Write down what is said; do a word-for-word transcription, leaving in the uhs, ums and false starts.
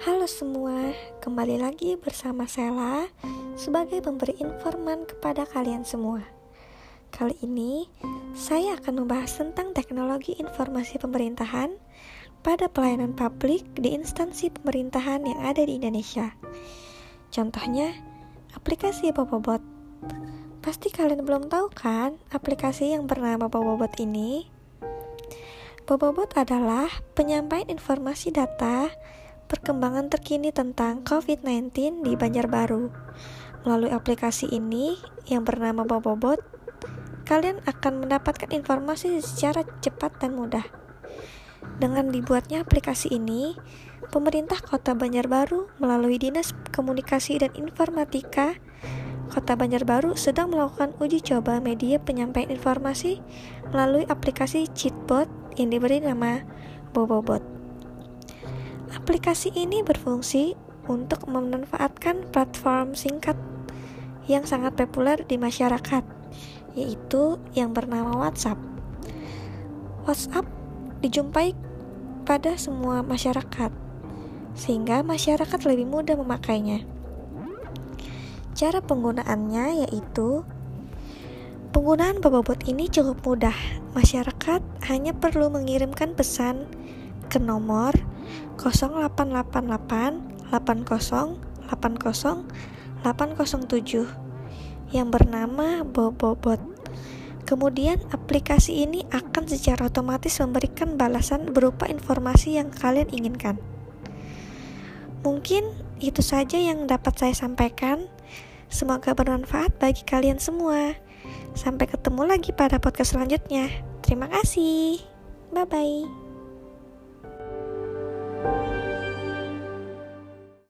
Halo semua, kembali lagi bersama Sela sebagai pemberi informan kepada kalian semua. Kali ini, saya akan membahas tentang teknologi informasi pemerintahan pada pelayanan publik di instansi pemerintahan yang ada di Indonesia. Contohnya, aplikasi Bobobot. Pasti kalian belum tahu kan aplikasi yang bernama Bobobot ini? Bobobot adalah penyampaian informasi data perkembangan terkini tentang covid sembilan belas di Banjarbaru. Melalui aplikasi ini yang bernama Bobobot, kalian akan mendapatkan informasi secara cepat dan mudah. Dengan dibuatnya aplikasi ini, pemerintah Kota Banjarbaru melalui Dinas Komunikasi dan Informatika Kota Banjarbaru sedang melakukan uji coba media penyampaian informasi melalui aplikasi chatbot yang diberi nama Bobobot. Aplikasi ini berfungsi untuk memanfaatkan platform singkat yang sangat populer di masyarakat, yaitu yang bernama WhatsApp. WhatsApp dijumpai pada semua masyarakat, sehingga masyarakat lebih mudah memakainya. Cara penggunaannya yaitu penggunaan Bobobot ini cukup mudah. Masyarakat hanya perlu mengirimkan pesan ke nomor nol delapan delapan delapan delapan nol delapan nol delapan nol tujuh yang bernama Bobobot. Kemudian aplikasi ini akan secara otomatis memberikan balasan berupa informasi yang kalian inginkan. Mungkin itu saja yang dapat saya sampaikan. Semoga bermanfaat bagi kalian semua. Sampai ketemu lagi pada podcast selanjutnya. Terima kasih. Bye-bye.